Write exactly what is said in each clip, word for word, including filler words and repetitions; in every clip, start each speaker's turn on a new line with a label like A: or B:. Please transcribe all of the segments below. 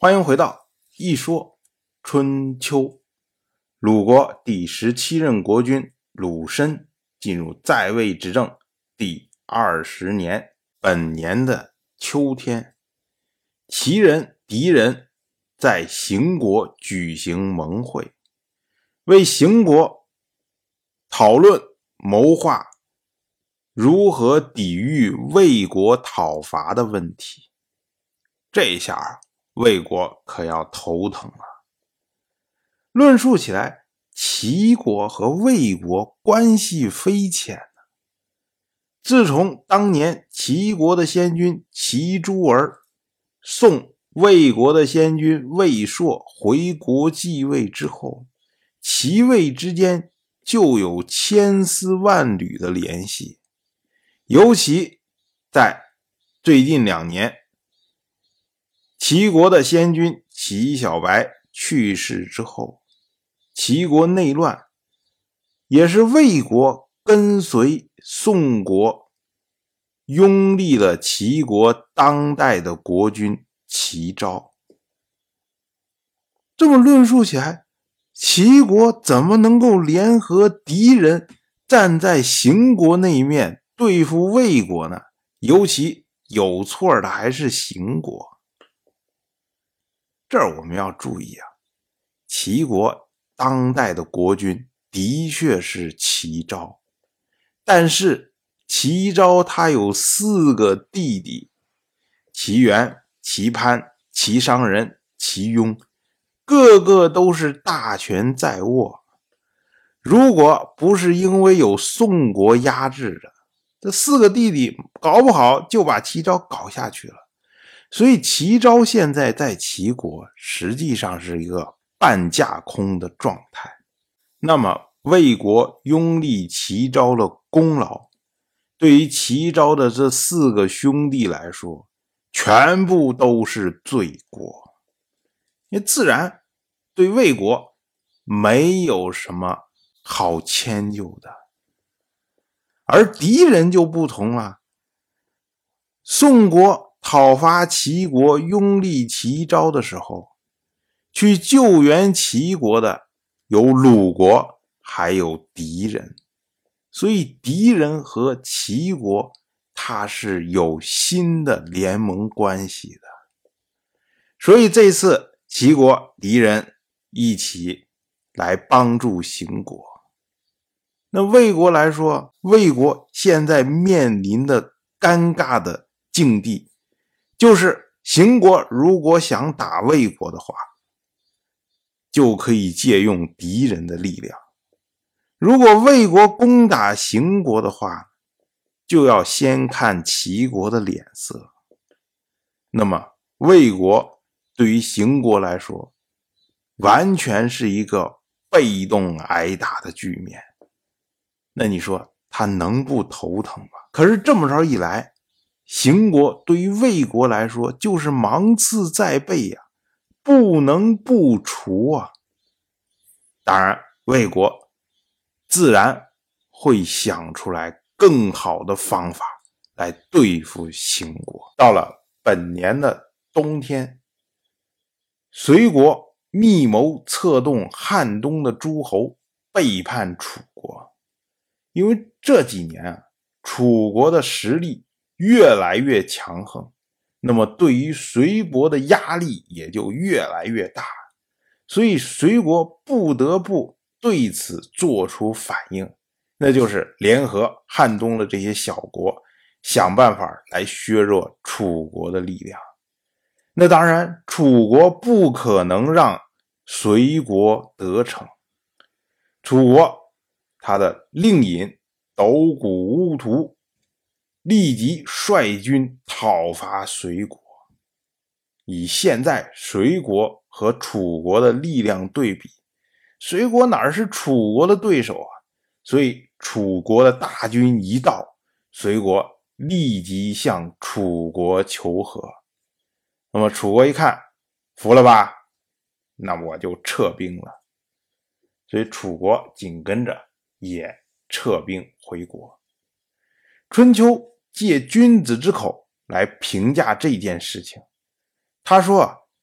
A: 欢迎回到一说春秋。鲁国第十七任国君鲁申进入在位执政第二十年，本年的秋天，齐人狄人在邢国举行盟会，为邢国讨论谋划如何抵御魏国讨伐的问题。这下魏国可要头疼了。论述起来，齐国和魏国关系匪浅呢。自从当年齐国的先君齐诸儿送魏国的先君魏硕回国继位之后，齐魏之间就有千丝万缕的联系。尤其在最近两年，齐国的先君齐小白去世之后，齐国内乱，也是魏国跟随宋国拥立了齐国当代的国君齐昭。这么论述起来，齐国怎么能够联合敌人站在邢国那一面对付魏国呢？尤其有错的还是邢国。这儿我们要注意啊，齐国当代的国君的确是齐昭，但是齐昭他有四个弟弟，齐元、齐潘、齐商人、齐雍，个个都是大权在握。如果不是因为有宋国压制着，这四个弟弟搞不好就把齐昭搞下去了。所以齐昭现在在齐国实际上是一个半架空的状态。那么魏国拥立齐昭的功劳，对于齐昭的这四个兄弟来说，全部都是罪过。也自然对魏国没有什么好迁就的。而敌人就不同了，宋国讨伐齐国拥立齐昭的时候，去救援齐国的有鲁国还有狄人，所以狄人和齐国他是有新的联盟关系的。所以这次齐国狄人一起来帮助邢国。那魏国来说，魏国现在面临的尴尬的境地，就是邢国如果想打魏国的话，就可以借用敌人的力量。如果魏国攻打邢国的话，就要先看齐国的脸色。那么魏国对于邢国来说，完全是一个被动挨打的局面。那你说他能不头疼吗？可是这么着一来，邢国对于魏国来说就是芒刺在背呀、啊，不能不除啊。当然魏国自然会想出来更好的方法来对付邢国。到了本年的冬天，隋国密谋策动汉东的诸侯背叛楚国。因为这几年啊，楚国的实力越来越强横，那么对于隋国的压力也就越来越大，所以隋国不得不对此做出反应，那就是联合汉东的这些小国，想办法来削弱楚国的力量。那当然，楚国不可能让隋国得逞。楚国他的令尹斗谷乌图立即率军讨伐隋国。以现在隋国和楚国的力量对比，隋国哪是楚国的对手啊？所以楚国的大军一到，隋国立即向楚国求和。那么楚国一看，服了吧，那我就撤兵了。所以楚国紧跟着也撤兵回国。春秋借君子之口来评价这件事情，他说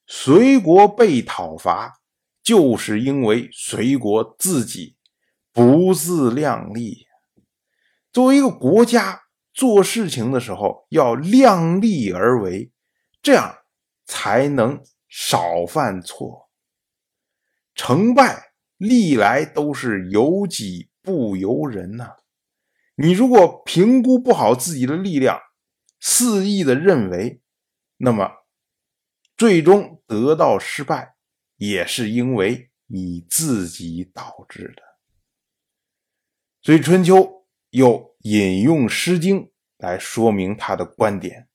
A: 隋国被讨伐，就是因为隋国自己不自量力。作为一个国家，做事情的时候要量力而为，这样才能少犯错。成败历来都是由己不由人呐、啊。你如果评估不好自己的力量，肆意的认为，那么最终得到失败，也是因为你自己导致的。所以春秋又引用《诗经》来说明他的观点。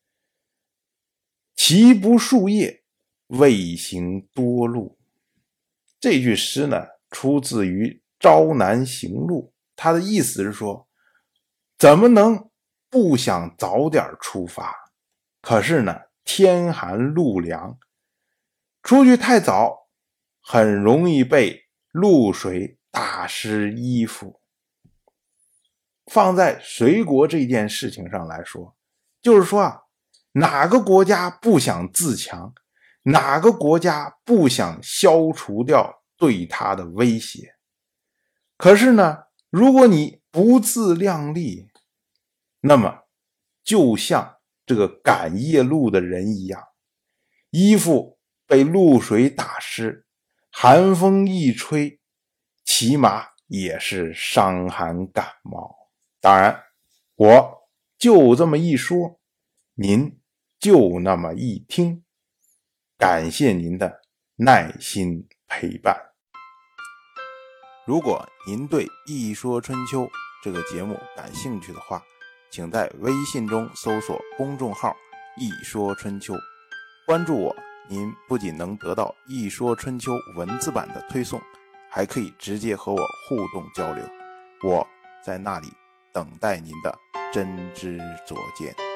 A: 其不数叶，未行多路。这句诗呢，出自于《朝南行路》，他的意思是说，怎么能不想早点出发？可是呢，天寒路凉，出去太早，很容易被露水打湿衣服。放在隋国这件事情上来说，就是说啊，哪个国家不想自强，哪个国家不想消除掉对他的威胁？可是呢，如果你不自量力，那么就像这个赶夜路的人一样，衣服被露水打湿，寒风一吹，起码也是伤寒感冒。当然，我就这么一说，您就那么一听，感谢您的耐心陪伴。如果您对《一说春秋》这个节目感兴趣的话，请在微信中搜索公众号“一说春秋”，关注我，您不仅能得到《一说春秋》文字版的推送，还可以直接和我互动交流。我在那里等待您的真知灼见。